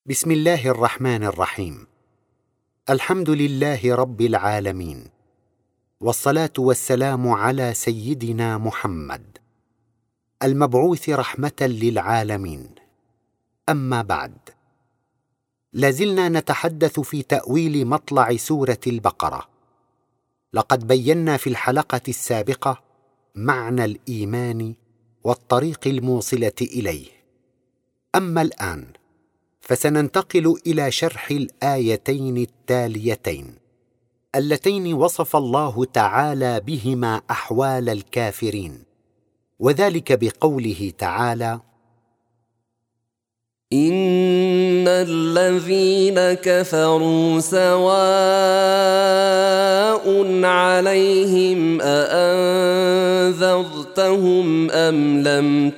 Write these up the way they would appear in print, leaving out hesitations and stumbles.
بسم الله الرحمن الرحيم. الحمد لله رب العالمين، والصلاة والسلام على سيدنا محمد المبعوث رحمة للعالمين. أما بعد، لازلنا نتحدث في تأويل مطلع سورة البقرة. لقد بينا في الحلقة السابقة معنى الإيمان والطريق الموصلة إليه. أما الآن فسننتقل إلى شرح الآيتين التاليتين اللتين وصف الله تعالى بهما أحوال الكافرين، وذلك بقوله تعالى: إن الذين كفروا سواء عليهم أأنذرتهم أم لم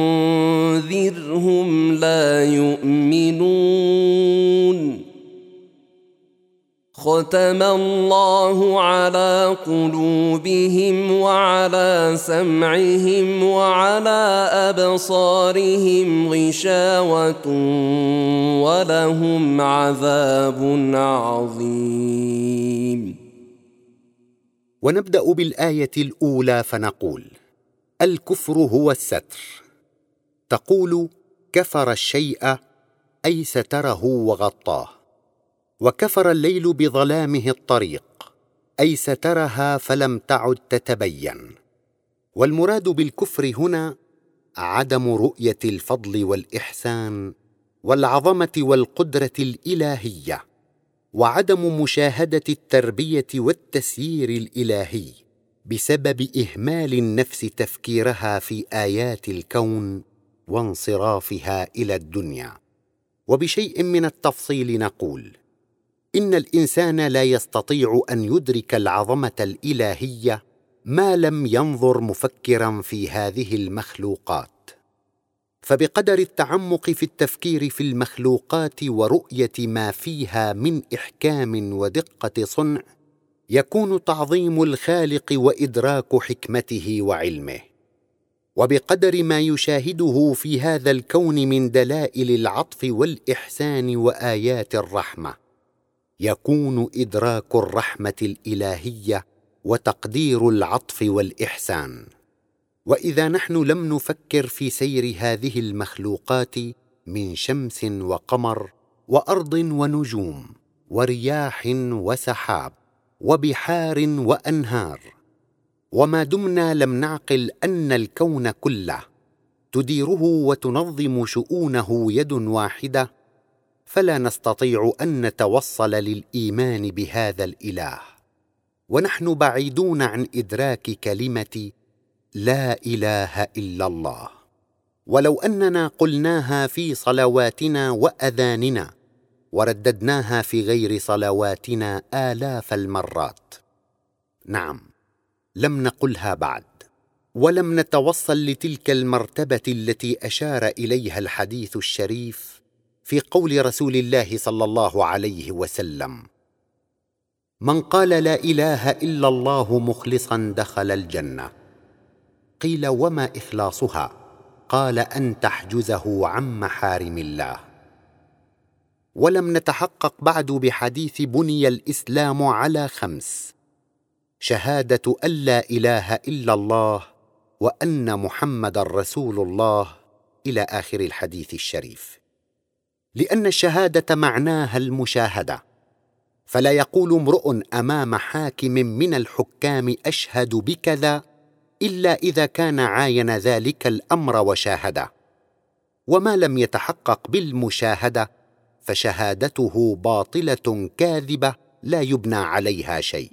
تنذرهم لا يؤمنون. ختم الله على قلوبهم وعلى سمعهم وعلى أبصارهم غشاوة ولهم عذاب عظيم. ونبدأ بالآية الأولى فنقول: الكفر هو الستر. تقول: كفر الشيء أي ستره وغطاه، وكفر الليل بظلامه الطريق أي سترها فلم تعد تتبين. والمراد بالكفر هنا عدم رؤية الفضل والإحسان والعظمة والقدرة الإلهية، وعدم مشاهدة التربية والتسيير الإلهي بسبب إهمال النفس تفكيرها في آيات الكون وانصرافها إلى الدنيا. وبشيء من التفصيل نقول: إن الإنسان لا يستطيع أن يدرك العظمة الإلهية ما لم ينظر مفكراً في هذه المخلوقات. فبقدر التعمق في التفكير في المخلوقات ورؤية ما فيها من إحكام ودقة صنع، يكون تعظيم الخالق وإدراك حكمته وعلمه. وبقدر ما يشاهده في هذا الكون من دلائل العطف والإحسان وآيات الرحمة، يكون إدراك الرحمة الإلهية وتقدير العطف والإحسان. وإذا نحن لم نفكر في سير هذه المخلوقات من شمس وقمر وأرض ونجوم ورياح وسحاب وبحار وأنهار، وما دمنا لم نعقل أن الكون كله تديره وتنظم شؤونه يد واحدة، فلا نستطيع أن نتوصل للإيمان بهذا الإله، ونحن بعيدون عن إدراك كلمة لا إله إلا الله. ولو أننا قلناها في صلواتنا وأذاننا ورددناها في غير صلواتنا آلاف المرات، نعم، لم نقلها بعد، ولم نتوصل لتلك المرتبة التي أشار إليها الحديث الشريف في قول رسول الله صلى الله عليه وسلم: من قال لا إله إلا الله مخلصا دخل الجنة. قيل: وما إخلاصها؟ قال: أن تحجزه عن محارم الله. ولم نتحقق بعد بحديث بني الإسلام على 5: شهادة أن لا إله إلا الله وأن محمد رسول الله، إلى آخر الحديث الشريف. لأن الشهادة معناها المشاهدة، فلا يقول امرؤ أمام حاكم من الحكام أشهد بكذا إلا إذا كان عاين ذلك الأمر وشاهده، وما لم يتحقق بالمشاهدة فشهادته باطلة كاذبة لا يبنى عليها شيء.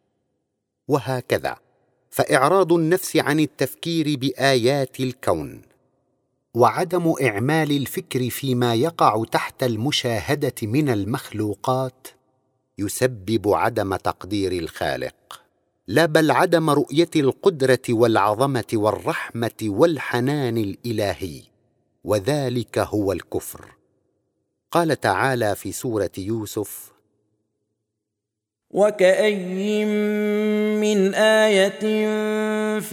وهكذا فإعراض النفس عن التفكير بآيات الكون وعدم إعمال الفكر فيما يقع تحت المشاهدة من المخلوقات يسبب عدم تقدير الخالق، لا بل عدم رؤية القدرة والعظمة والرحمة والحنان الإلهي، وذلك هو الكفر. قال تعالى في سورة يوسف: وكأي من آية في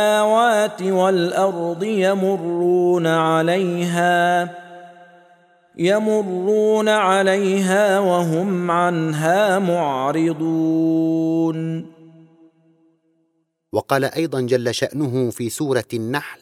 السماوات والأرض يمرون عليها يمرون عليها وهم عنها معرضون. وقال أيضا جل شأنه في سورة النحل: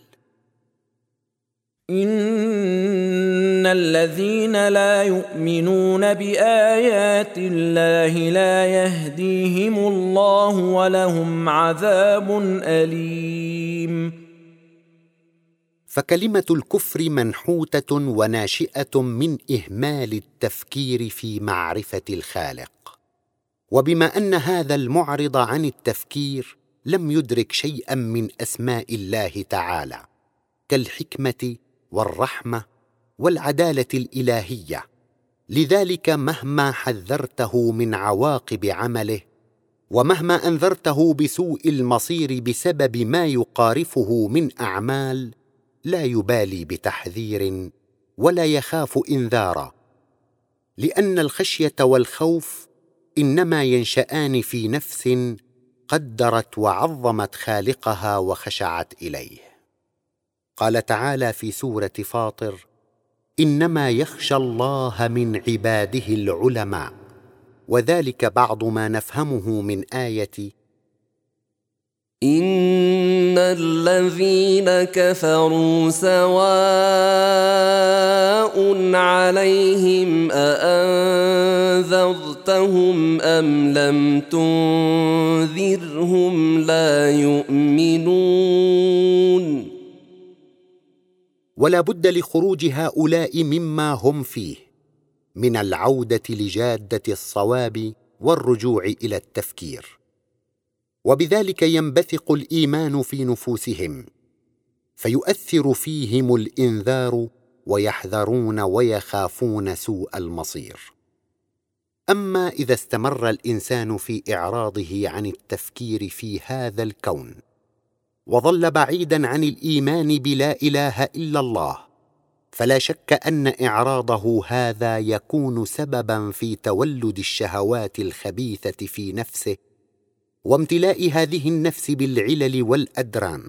إن الذين لا يؤمنون بآيات الله لا يهديهم الله ولهم عذاب أليم. فكلمة الكفر منحوتة وناشئة من إهمال التفكير في معرفة الخالق، وبما أن هذا المعرض عن التفكير لم يدرك شيئا من أسماء الله تعالى كالحكمة والرحمة والعدالة الإلهية، لذلك مهما حذرته من عواقب عمله ومهما أنذرته بسوء المصير بسبب ما يقارفه من أعمال لا يبالي بتحذير ولا يخاف إنذارا، لأن الخشية والخوف إنما ينشأان في نفس قدرت وعظمت خالقها وخشعت إليه. قال تعالى في سورة فاطر: إنما يخشى الله من عباده العلماء، وذلك بعض ما نفهمه من آية إن الذين كفروا سواء عليهم أأنذرتهم أم لم تنذرهم لا يؤمنون. ولا بد لخروج هؤلاء مما هم فيه من العودة لجادة الصواب والرجوع إلى التفكير، وبذلك ينبثق الإيمان في نفوسهم فيؤثر فيهم الإنذار ويحذرون ويخافون سوء المصير. أما إذا استمر الإنسان في إعراضه عن التفكير في هذا الكون وظل بعيداً عن الإيمان بلا إله إلا الله، فلا شك أن إعراضه هذا يكون سبباً في تولد الشهوات الخبيثة في نفسه وامتلاء هذه النفس بالعلل والأدران.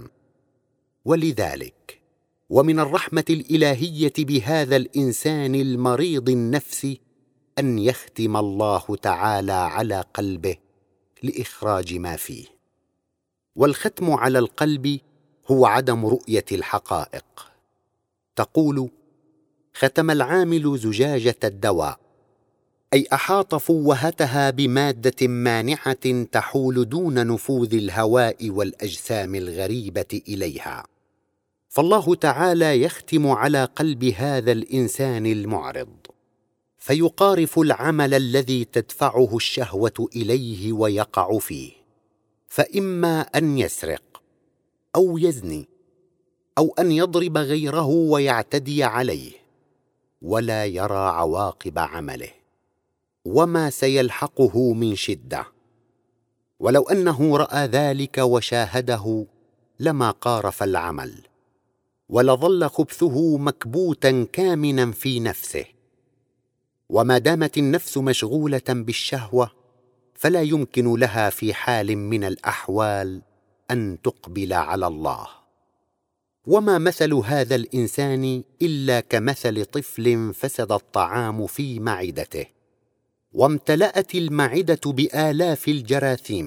ولذلك ومن الرحمة الإلهية بهذا الإنسان المريض النفس أن يختم الله تعالى على قلبه لإخراج ما فيه. والختم على القلب هو عدم رؤية الحقائق. تقول: ختم العامل زجاجة الدواء، أي أحاط فوهتها بمادة مانعة تحول دون نفوذ الهواء والأجسام الغريبة إليها. فالله تعالى يختم على قلب هذا الإنسان المعرض فيقارف العمل الذي تدفعه الشهوة إليه ويقع فيه، فإما أن يسرق أو يزني أو أن يضرب غيره ويعتدي عليه ولا يرى عواقب عمله وما سيلحقه من شدة. ولو أنه رأى ذلك وشاهده لما قارف العمل ولظل خبثه مكبوتا كامنا في نفسه. وما دامت النفس مشغولة بالشهوة فلا يمكن لها في حال من الأحوال أن تقبل على الله. وما مثل هذا الإنسان إلا كمثل طفل فسد الطعام في معدته وامتلأت المعدة بآلاف الجراثيم،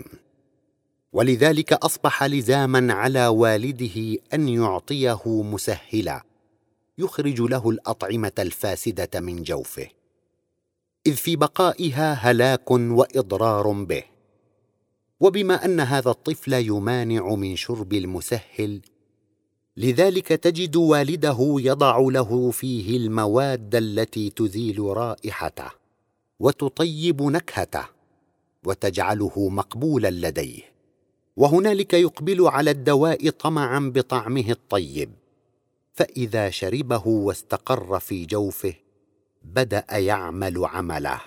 ولذلك أصبح لزاما على والده أن يعطيه مسهلا يخرج له الأطعمة الفاسدة من جوفه، إذ في بقائها هلاك وإضرار به. وبما أن هذا الطفل يمانع من شرب المسهل، لذلك تجد والده يضع له فيه المواد التي تزيل رائحته وتطيب نكهته وتجعله مقبولا لديه، وهنالك يقبل على الدواء طمعا بطعمه الطيب، فإذا شربه واستقر في جوفه بدأ يعمل عمله.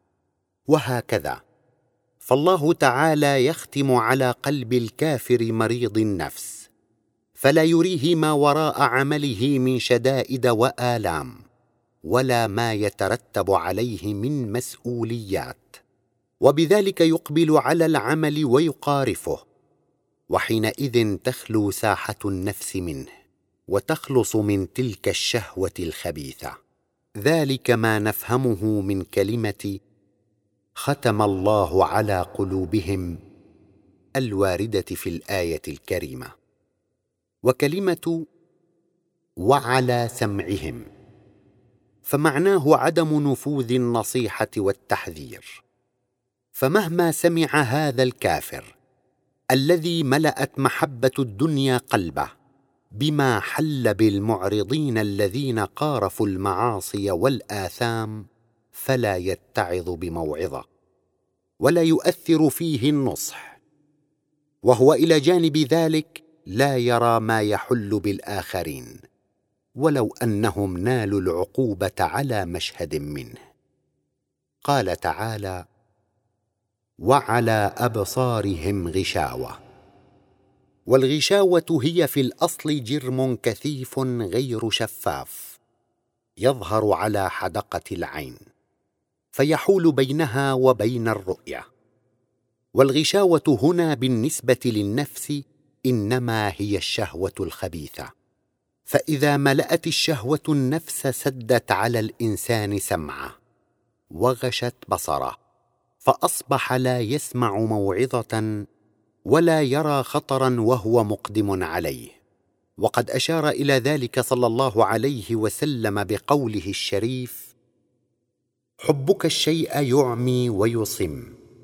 وهكذا فالله تعالى يختم على قلب الكافر مريض النفس فلا يريه ما وراء عمله من شدائد وآلام ولا ما يترتب عليه من مسؤوليات، وبذلك يقبل على العمل ويقارفه، وحينئذ تخلو ساحة النفس منه وتخلص من تلك الشهوة الخبيثة. ذلك ما نفهمه من كلمة ختم الله على قلوبهم الواردة في الآية الكريمة، وكلمة وعلى سمعهم، فمعناه عدم نفوذ النصيحة والتحذير. فمهما سمع هذا الكافر الذي ملأت محبة الدنيا قلبه بما حل بالمعرضين الذين قارفوا المعاصي والآثام، فلا يتعظ بموعظة ولا يؤثر فيه النصح، وهو إلى جانب ذلك لا يرى ما يحل بالآخرين ولو أنهم نالوا العقوبة على مشهد منه. قال تعالى: وعلى أبصارهم غشاوة. والغشاوة هي في الأصل جرم كثيف غير شفاف يظهر على حدقة العين، فيحول بينها وبين الرؤية. والغشاوة هنا بالنسبة للنفس إنما هي الشهوة الخبيثة، فإذا ملأت الشهوة النفس سدت على الإنسان سمعه وغشت بصره، فأصبح لا يسمع موعظة ولا يرى خطرا وهو مقدم عليه. وقد أشار إلى ذلك صلى الله عليه وسلم بقوله الشريف: حبك الشيء يعمي ويصم.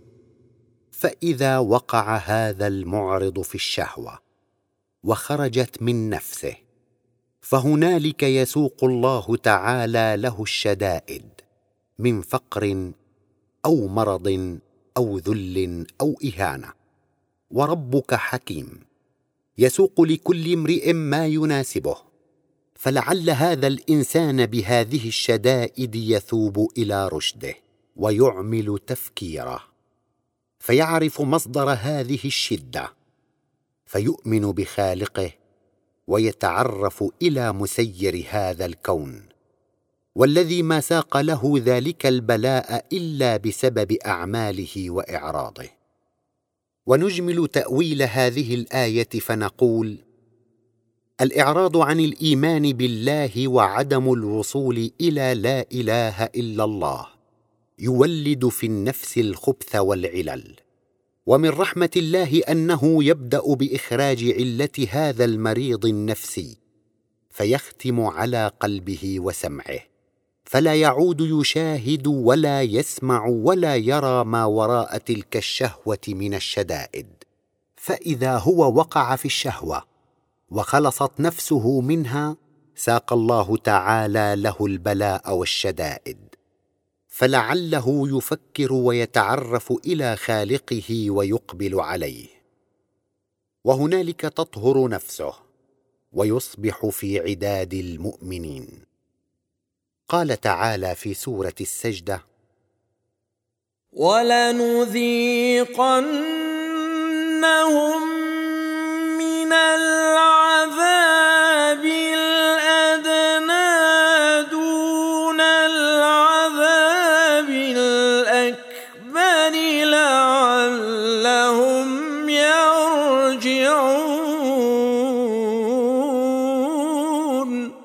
فإذا وقع هذا المعرض في الشهوة وخرجت من نفسه، فهنالك يسوق الله تعالى له الشدائد من فقر أو مرض أو ذل أو إهانة. وربك حكيم يسوق لكل امرئ ما يناسبه، فلعل هذا الإنسان بهذه الشدائد يثوب إلى رشده ويعمل تفكيره، فيعرف مصدر هذه الشدة، فيؤمن بخالقه ويتعرف إلى مسير هذا الكون، والذي ما ساق له ذلك البلاء إلا بسبب أعماله وإعراضه. ونجمل تأويل هذه الآية فنقول: الإعراض عن الإيمان بالله وعدم الوصول إلى لا إله إلا الله يولد في النفس الخبث والعلل، ومن رحمة الله أنه يبدأ بإخراج علة هذا المريض النفسي، فيختم على قلبه وسمعه، فلا يعود يشاهد ولا يسمع ولا يرى ما وراء تلك الشهوة من الشدائد. فإذا هو وقع في الشهوة وخلصت نفسه منها، ساق الله تعالى له البلاء والشدائد، فلعله يفكر ويتعرف إلى خالقه ويقبل عليه، وهنالك تطهر نفسه ويصبح في عداد المؤمنين. قال تعالى في سورة السجدة: ولنذيقنهم من العذاب الأدنى دون العذاب الأكبر لعلهم يرجعون.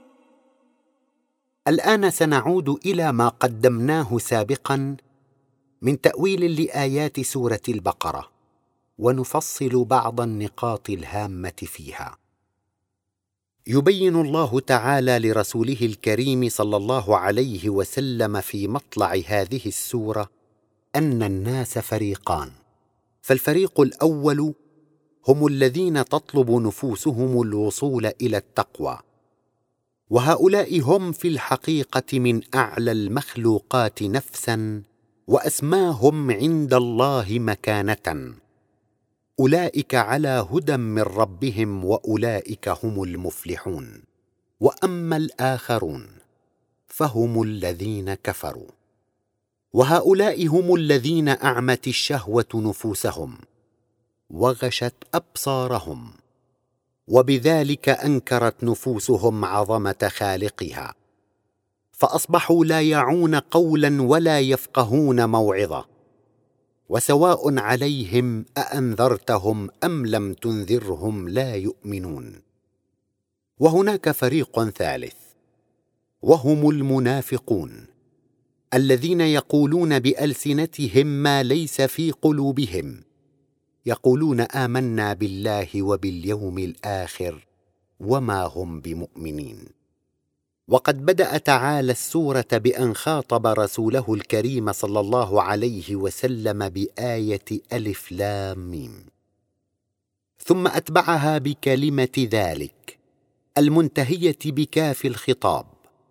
الآن سنعود إلى ما قدمناه سابقاً من تأويل لآيات سورة البقرة، ونفصل بعض النقاط الهامة فيها. يبين الله تعالى لرسوله الكريم صلى الله عليه وسلم في مطلع هذه السورة أن الناس فريقان، فالفريق الأول هم الذين تطلب نفوسهم الوصول إلى التقوى، وهؤلاء هم في الحقيقة من أعلى المخلوقات نفساً وأسماهم عند الله مكانة. أولئك على هدى من ربهم وأولئك هم المفلحون. وأما الآخرون فهم الذين كفروا، وهؤلاء هم الذين أعمت الشهوة نفوسهم وغشت أبصارهم، وبذلك أنكرت نفوسهم عظمة خالقها، فأصبحوا لا يعون قولا ولا يفقهون موعظة، وسواء عليهم أأنذرتهم أم لم تنذرهم لا يؤمنون. وهناك فريق ثالث، وهم المنافقون الذين يقولون بألسنتهم ما ليس في قلوبهم، يقولون آمنا بالله وباليوم الآخر وما هم بمؤمنين. وقد بدأ تعالى السورة بأن خاطب رسوله الكريم صلى الله عليه وسلم بآية ألف لام ميم، ثم أتبعها بكلمة ذلك المنتهية بكاف الخطاب،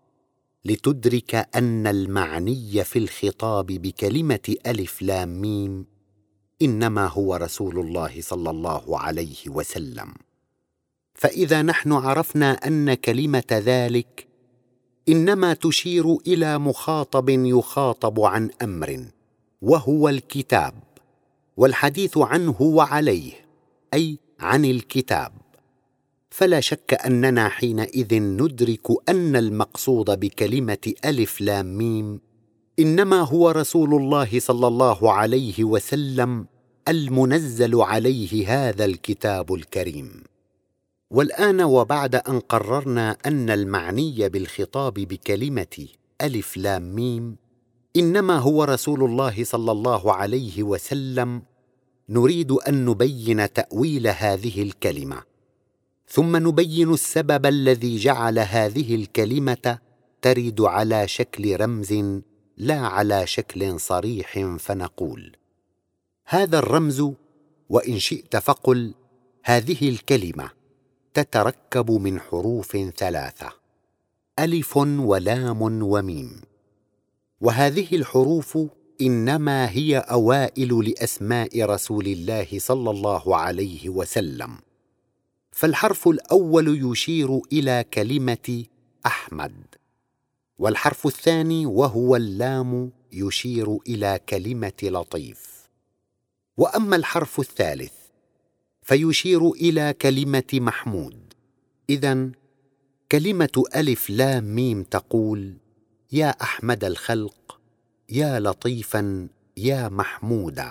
لتدرك أن المعني في الخطاب بكلمة ألف لام ميم إنما هو رسول الله صلى الله عليه وسلم. فإذا نحن عرفنا أن كلمة ذلك إنما تشير إلى مخاطب يخاطب عن أمر وهو الكتاب، والحديث عنه وعليه أي عن الكتاب، فلا شك أننا حينئذ ندرك أن المقصود بكلمة ألف لام ميم إنما هو رسول الله صلى الله عليه وسلم المنزل عليه هذا الكتاب الكريم. والآن وبعد أن قررنا أن المعني بالخطاب بكلمة ألف لام ميم إنما هو رسول الله صلى الله عليه وسلم، نريد أن نبين تأويل هذه الكلمة، ثم نبين السبب الذي جعل هذه الكلمة ترد على شكل رمز لا على شكل صريح، فنقول: هذا الرمز، وإن شئت فقل هذه الكلمة، تتركب من حروف ثلاثة: ألف ولام وميم، وهذه الحروف إنما هي أوائل لأسماء رسول الله صلى الله عليه وسلم. فالحرف الأول يشير إلى كلمة أحمد، والحرف الثاني وهو اللام يشير إلى كلمة لطيف، وأما الحرف الثالث فيشير إلى كلمة محمود. إذن كلمة ألف لام ميم تقول: يا أحمد الخلق، يا لطيفا، يا محمودا،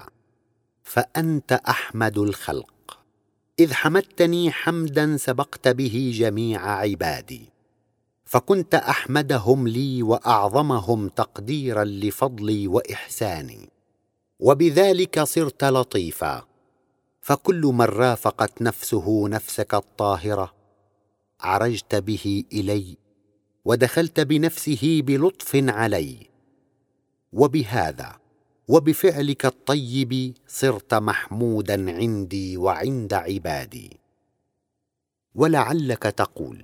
فأنت أحمد الخلق، إذ حمدتني حمدا سبقت به جميع عبادي، فكنت أحمدهم لي وأعظمهم تقديرا لفضلي وإحساني، وبذلك صرت لطيفا، فكل من رافقت نفسه نفسك الطاهرة عرجت به إلي، ودخلت بنفسه بلطف علي، وبهذا وبفعلك الطيب صرت محمودا عندي وعند عبادي. ولعلك تقول: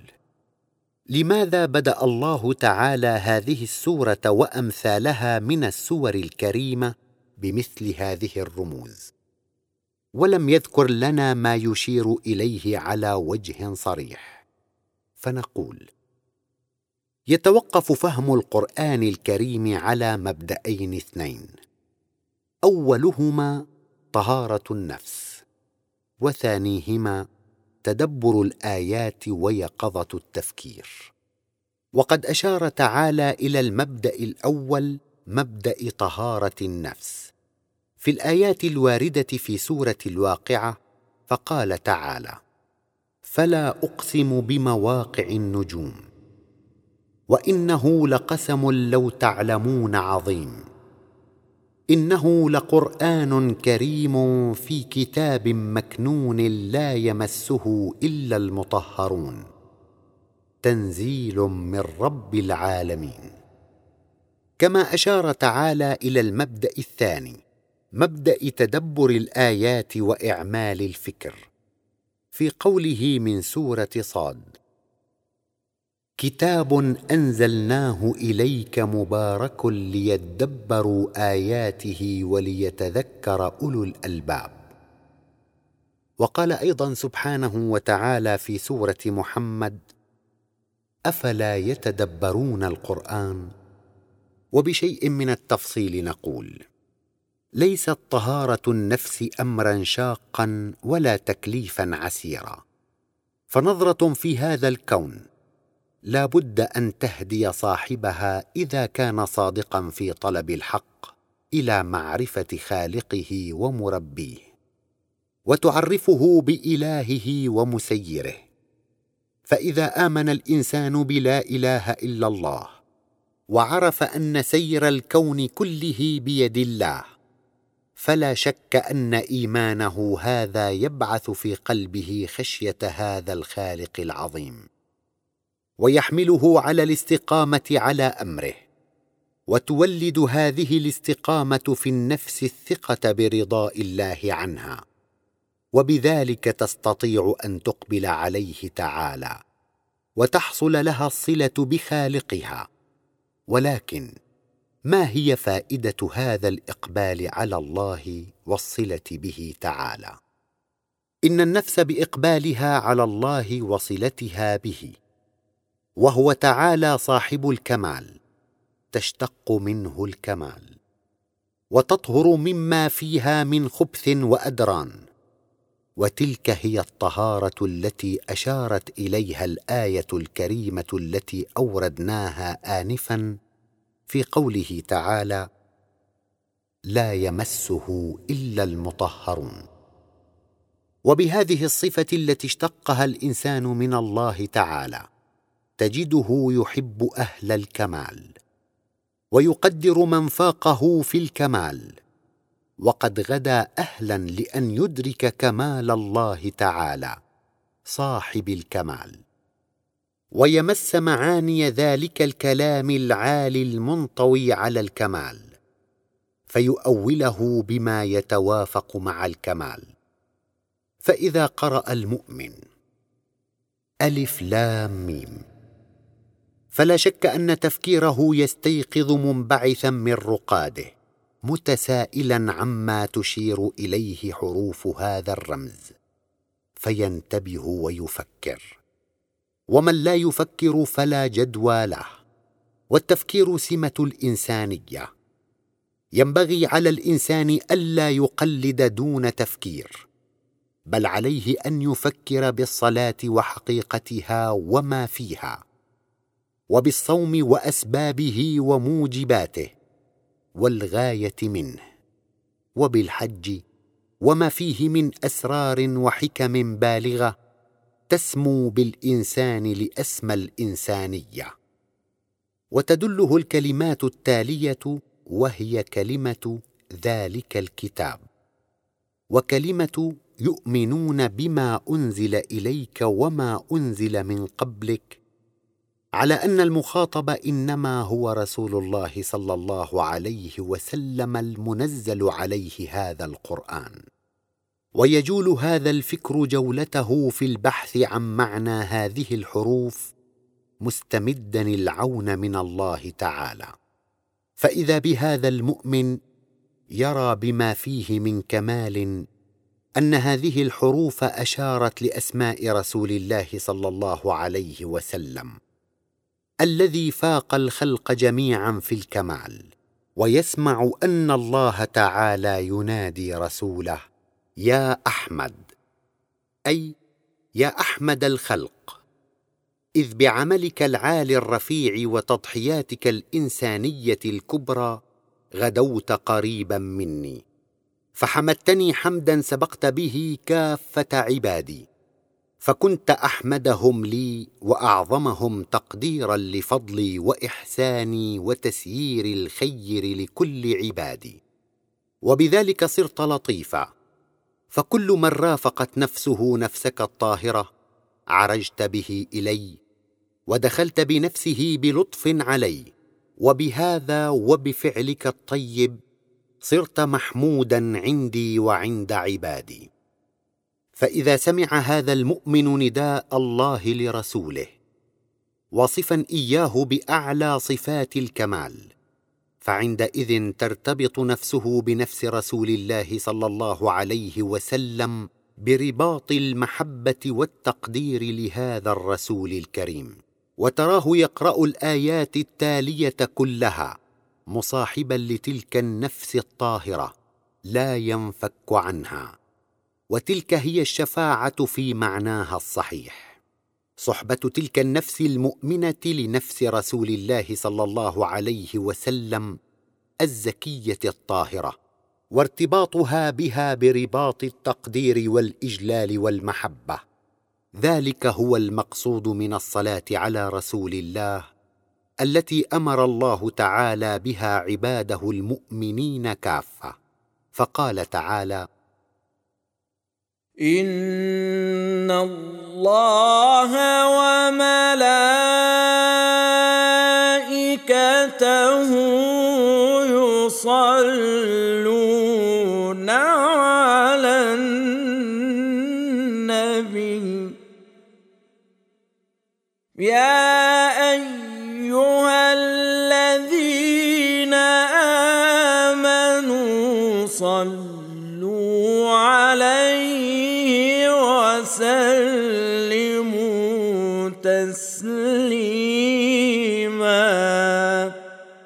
لماذا بدأ الله تعالى هذه السورة وأمثالها من السور الكريمة بمثل هذه الرموز، ولم يذكر لنا ما يشير إليه على وجه صريح؟ فنقول: يتوقف فهم القرآن الكريم على مبدأين اثنين: أولهما طهارة النفس، وثانيهما تدبر الآيات ويقظة التفكير. وقد أشار تعالى إلى المبدأ الأول، مبدأ طهارة النفس، في الآيات الواردة في سورة الواقعة، فقال تعالى: فلا أقسم بمواقع النجوم، وإنه لقسم لو تعلمون عظيم، إنه لقرآن كريم في كتاب مكنون لا يمسه إلا المطهرون، تنزيل من رب العالمين. كما أشار تعالى إلى المبدأ الثاني، مبدأ تدبر الآيات وإعمال الفكر، في قوله من سورة صاد: كتاب أنزلناه إليك مبارك ليدبروا آياته وليتذكر أولو الألباب. وقال أيضا سبحانه وتعالى في سورة محمد: أفلا يتدبرون القرآن؟ وبشيء من التفصيل نقول: ليست طهارة النفس أمرا شاقا ولا تكليفا عسيرا، فنظرة في هذا الكون لا بد أن تهدي صاحبها إذا كان صادقا في طلب الحق إلى معرفة خالقه ومربيه، وتعرفه بإلهه ومسيره، فإذا آمن الإنسان بلا إله إلا الله وعرف أن سير الكون كله بيد الله، فلا شك أن إيمانه هذا يبعث في قلبه خشية هذا الخالق العظيم، ويحمله على الاستقامة على أمره، وتولد هذه الاستقامة في النفس الثقة برضاء الله عنها، وبذلك تستطيع أن تقبل عليه تعالى وتحصل لها الصلة بخالقها. ولكن ما هي فائدة هذا الإقبال على الله والصلة به تعالى؟ إن النفس بإقبالها على الله وصلتها به، وهو تعالى صاحب الكمال، تشتق منه الكمال وتطهر مما فيها من خبث وأدران، وتلك هي الطهارة التي أشارت إليها الآية الكريمة التي أوردناها آنفاً في قوله تعالى: لا يمسه إلا المطهرون. وبهذه الصفة التي اشتقها الإنسان من الله تعالى تجده يحب أهل الكمال ويقدر من فاقه في الكمال، وقد غدا أهلاً لأن يدرك كمال الله تعالى صاحب الكمال، ويمس معاني ذلك الكلام العالي المنطوي على الكمال، فيؤوله بما يتوافق مع الكمال. فإذا قرأ المؤمن ألف لام ميم، فلا شك أن تفكيره يستيقظ منبعثاً من رقاده، متسائلاً عما تشير إليه حروف هذا الرمز، فينتبه ويفكر. ومن لا يفكر فلا جدوى له، والتفكير سمة الإنسانية. ينبغي على الإنسان ألا يقلد دون تفكير، بل عليه أن يفكر بالصلاة وحقيقتها وما فيها، وبالصوم وأسبابه وموجباته والغاية منه، وبالحج وما فيه من أسرار وحكم بالغة تسمو بالإنسان لأسمى الإنسانية. وتدله الكلمات التالية، وهي كلمة ذلك الكتاب، وكلمة يؤمنون بما أنزل إليك وما أنزل من قبلك، على أن المخاطب إنما هو رسول الله صلى الله عليه وسلم المنزل عليه هذا القرآن. ويجول هذا الفكر جولته في البحث عن معنى هذه الحروف، مستمداً العون من الله تعالى. فإذا بهذا المؤمن يرى بما فيه من كمال أن هذه الحروف أشارت لأسماء رسول الله صلى الله عليه وسلم الذي فاق الخلق جميعاً في الكمال، ويسمع أن الله تعالى ينادي رسوله: يا أحمد، أي يا أحمد الخلق، إذ بعملك العالي الرفيع وتضحياتك الإنسانية الكبرى غدوت قريباً مني، فحمدتني حمداً سبقت به كافة عبادي، فكنت أحمدهم لي وأعظمهم تقديراً لفضلي وإحساني وتسيير الخير لكل عبادي، وبذلك صرت لطيفاً، فكل من رافقت نفسه نفسك الطاهرة عرجت به إلي، ودخلت بنفسه بلطف علي، وبهذا وبفعلك الطيب صرت محموداً عندي وعند عبادي. فإذا سمع هذا المؤمن نداء الله لرسوله واصفاً إياه بأعلى صفات الكمال، فعندئذ ترتبط نفسه بنفس رسول الله صلى الله عليه وسلم برباط المحبة والتقدير لهذا الرسول الكريم، وتراه يقرأ الآيات التالية كلها مصاحباً لتلك النفس الطاهرة لا ينفك عنها، وتلك هي الشفاعة في معناها الصحيح، صحبة تلك النفس المؤمنة لنفس رسول الله صلى الله عليه وسلم الزكية الطاهرة، وارتباطها بها برباط التقدير والإجلال والمحبة، ذلك هو المقصود من الصلاة على رسول الله التي أمر الله تعالى بها عباده المؤمنين كافة، فقال تعالى: إن الله وملائكته يصلون على النبي يا أيها الذين آمنوا صلوا عليه وسلموا تسليما.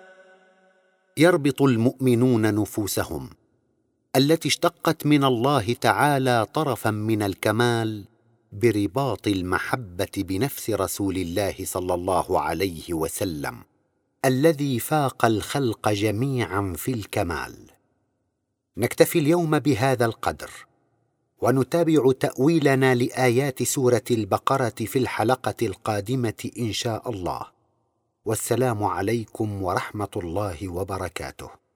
يربط المؤمنون نفوسهم التي اشتقت من الله تعالى طرفا من الكمال برباط المحبة بنفس رسول الله صلى الله عليه وسلم الذي فاق الخلق جميعا في الكمال. نكتفي اليوم بهذا القدر، ونتابع تأويلنا لآيات سورة البقرة في الحلقة القادمة إن شاء الله. والسلام عليكم ورحمة الله وبركاته.